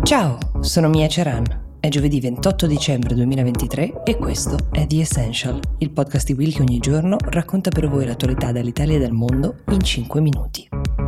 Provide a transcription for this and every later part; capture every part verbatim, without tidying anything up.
Ciao, sono Mia Ceran. È giovedì ventotto dicembre duemilaventitré e questo è The Essential, il podcast di Will che ogni giorno racconta per voi l'attualità dall'Italia e dal mondo in cinque minuti.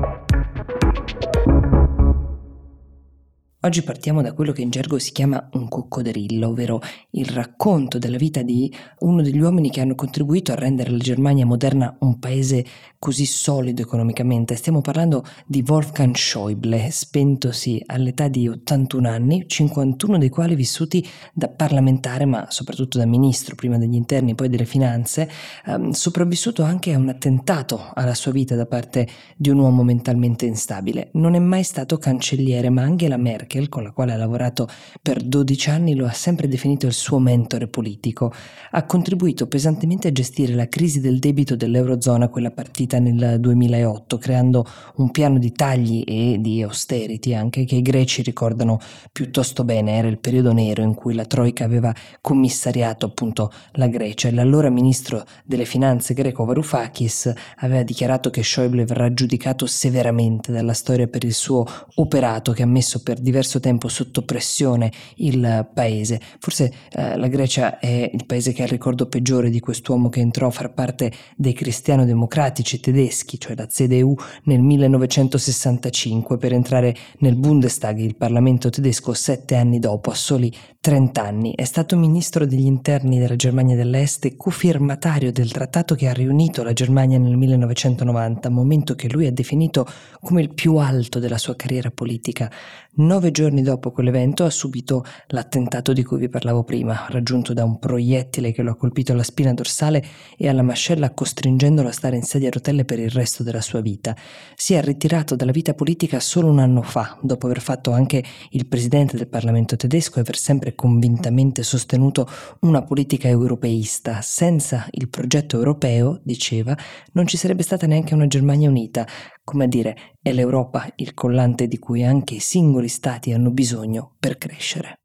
Oggi partiamo da quello che in gergo si chiama un coccodrillo, ovvero il racconto della vita di uno degli uomini che hanno contribuito a rendere la Germania moderna un paese così solido economicamente. Stiamo parlando di Wolfgang Schäuble, spentosi all'età di ottantuno anni, cinquantuno dei quali vissuti da parlamentare, ma soprattutto da ministro, prima degli interni, poi delle finanze, ehm, sopravvissuto anche a un attentato alla sua vita da parte di un uomo mentalmente instabile. Non è mai stato cancelliere, ma Angela Merkel, con la quale ha lavorato per dodici anni, lo ha sempre definito il suo mentore politico. Ha contribuito pesantemente a gestire la crisi del debito dell'Eurozona, quella partita nel duemilaotto, creando un piano di tagli e di austerity anche che i greci ricordano piuttosto bene. Era il periodo nero in cui la Troika aveva commissariato appunto la Grecia e l'allora ministro delle finanze greco Varoufakis aveva dichiarato che Schäuble verrà giudicato severamente dalla storia per il suo operato che ha messo per diverso tempo sotto pressione il paese. Forse eh, la Grecia è il paese che ha il ricordo peggiore di quest'uomo che entrò a far parte dei cristiano-democratici tedeschi, cioè la C D U, nel millenovecentosessantacinque per entrare nel Bundestag, il Parlamento tedesco, sette anni dopo, a soli trenta anni. È stato ministro degli interni della Germania dell'Est e cofirmatario del trattato che ha riunito la Germania nel millenovecentonovanta, momento che lui ha definito come il più alto della sua carriera politica. Nove giorni dopo quell'evento ha subito l'attentato di cui vi parlavo prima, raggiunto da un proiettile che lo ha colpito alla spina dorsale e alla mascella, costringendolo a stare in sedia a rotelle per il resto della sua vita. Si è ritirato dalla vita politica solo un anno fa, dopo aver fatto anche il presidente del Parlamento tedesco e aver sempre convintamente sostenuto una politica europeista. Senza il progetto europeo, diceva, non ci sarebbe stata neanche una Germania unita. Come a dire, è l'Europa il collante di cui anche i singoli stati hanno bisogno per crescere.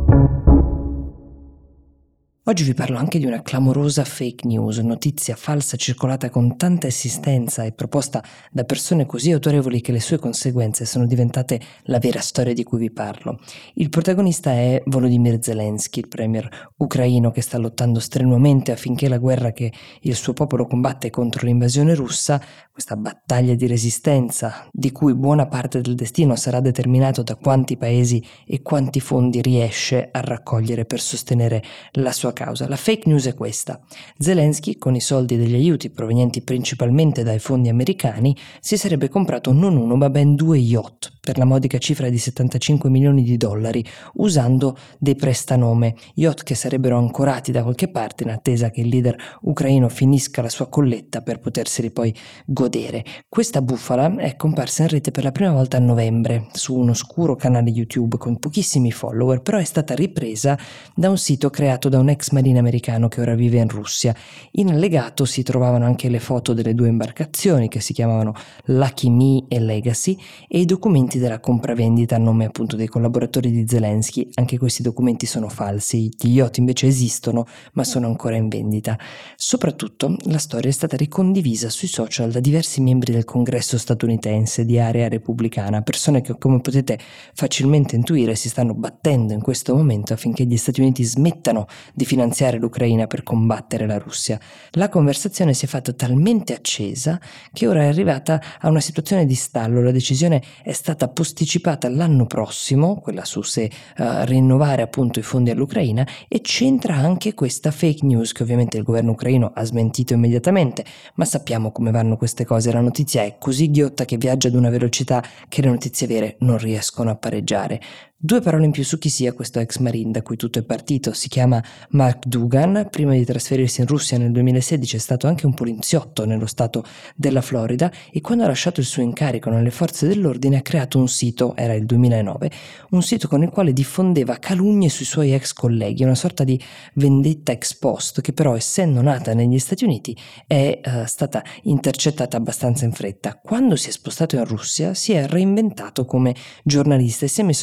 Oggi vi parlo anche di una clamorosa fake news, notizia falsa circolata con tanta insistenza e proposta da persone così autorevoli che le sue conseguenze sono diventate la vera storia di cui vi parlo. Il protagonista è Volodymyr Zelensky, il premier ucraino che sta lottando strenuamente affinché la guerra che il suo popolo combatte contro l'invasione russa, questa battaglia di resistenza di cui buona parte del destino sarà determinato da quanti paesi e quanti fondi riesce a raccogliere per sostenere la sua causa. La fake news è questa: Zelensky, con i soldi degli aiuti provenienti principalmente dai fondi americani, si sarebbe comprato non uno ma ben due yacht per la modica cifra di settantacinque milioni di dollari, usando dei prestanome, yacht che sarebbero ancorati da qualche parte in attesa che il leader ucraino finisca la sua colletta per poterseli poi godere. Questa bufala è comparsa in rete per la prima volta a novembre su un oscuro canale YouTube con pochissimi follower, però è stata ripresa da un sito creato da un ex marine americano che ora vive in Russia. In allegato si trovavano anche le foto delle due imbarcazioni che si chiamavano Lucky Me e Legacy e i documenti della compravendita a nome appunto dei collaboratori di Zelensky. Anche questi documenti sono falsi, gli yacht invece esistono ma sono ancora in vendita. Soprattutto la storia è stata ricondivisa sui social da diversi membri del Congresso statunitense di area repubblicana, persone che, come potete facilmente intuire, si stanno battendo in questo momento affinché gli Stati Uniti smettano di finanziare l'Ucraina per combattere la Russia. La conversazione si è fatta talmente accesa che ora è arrivata a una situazione di stallo. La decisione è stata posticipata all'anno prossimo, quella su se uh, rinnovare appunto i fondi all'Ucraina, e c'entra anche questa fake news che ovviamente il governo ucraino ha smentito immediatamente, ma sappiamo come vanno queste cose. La notizia è così ghiotta che viaggia ad una velocità che le notizie vere non riescono a pareggiare. Due parole in più su chi sia questo ex marine da cui tutto è partito. Si chiama Mark Dougan. Prima di trasferirsi in Russia nel duemilasedici è stato anche un poliziotto nello stato della Florida e quando ha lasciato il suo incarico nelle forze dell'ordine ha creato un sito, era il duemilanove, un sito con il quale diffondeva calunnie sui suoi ex colleghi, una sorta di vendetta ex post che però, essendo nata negli Stati Uniti, è uh, stata intercettata abbastanza in fretta. Quando si è spostato in Russia si è reinventato come giornalista e si è messo a seguire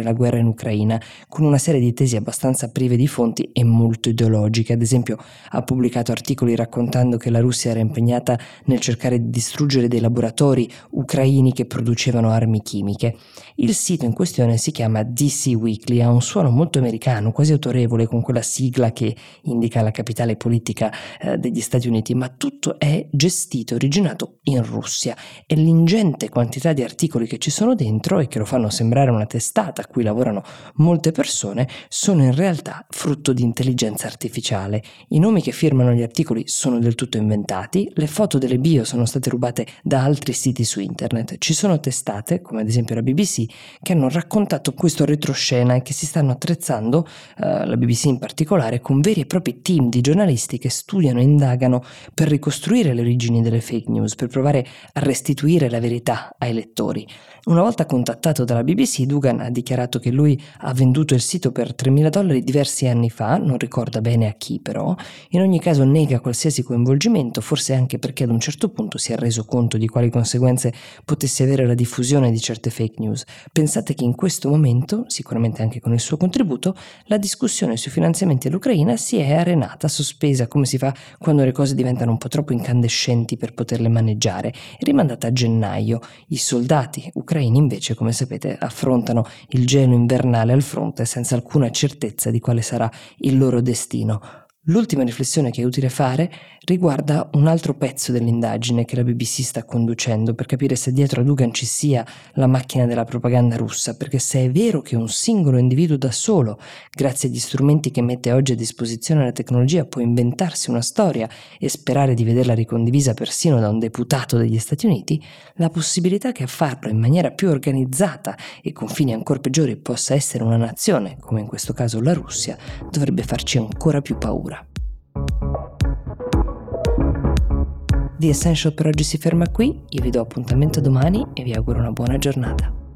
la guerra in Ucraina, con una serie di tesi abbastanza prive di fonti e molto ideologiche. Ad esempio, ha pubblicato articoli raccontando che la Russia era impegnata nel cercare di distruggere dei laboratori ucraini che producevano armi chimiche. Il sito in questione si chiama D C Weekly, ha un suono molto americano, quasi autorevole, con quella sigla che indica la capitale politica eh, degli Stati Uniti, ma tutto è gestito, originato in Russia, e l'ingente quantità di articoli che ci sono dentro e che lo fanno sembrare una testata a cui lavorano molte persone sono in realtà frutto di intelligenza artificiale. I nomi che firmano gli articoli sono del tutto inventati, le foto delle bio sono state rubate da altri siti su internet. Ci sono testate, come ad esempio la B B C, che hanno raccontato questo retroscena e che si stanno attrezzando, eh, la B B C in particolare, con veri e propri team di giornalisti che studiano e indagano per ricostruire le origini delle fake news, per provare a restituire la verità ai lettori. Una volta contattato dalla B B C, Duggan ha dichiarato che lui ha venduto il sito per tremila dollari diversi anni fa, non ricorda bene a chi però. In ogni caso nega qualsiasi coinvolgimento, forse anche perché ad un certo punto si è reso conto di quali conseguenze potesse avere la diffusione di certe fake news. Pensate che in questo momento, sicuramente anche con il suo contributo, la discussione sui finanziamenti all'Ucraina si è arenata, sospesa, come si fa quando le cose diventano un po' troppo incandescenti per poterle maneggiare, e rimandata a gennaio. I soldati ucraini invece, come sapete, affrontano il gelo invernale al fronte senza alcuna certezza di quale sarà il loro destino. L'ultima riflessione che è utile fare riguarda un altro pezzo dell'indagine che la B B C sta conducendo per capire se dietro a Duggan ci sia la macchina della propaganda russa, perché se è vero che un singolo individuo da solo, grazie agli strumenti che mette oggi a disposizione la tecnologia, può inventarsi una storia e sperare di vederla ricondivisa persino da un deputato degli Stati Uniti, la possibilità che a farlo in maniera più organizzata e con fini ancora peggiori possa essere una nazione, come in questo caso la Russia, dovrebbe farci ancora più paura. The Essential per oggi si ferma qui, io vi do appuntamento domani e vi auguro una buona giornata.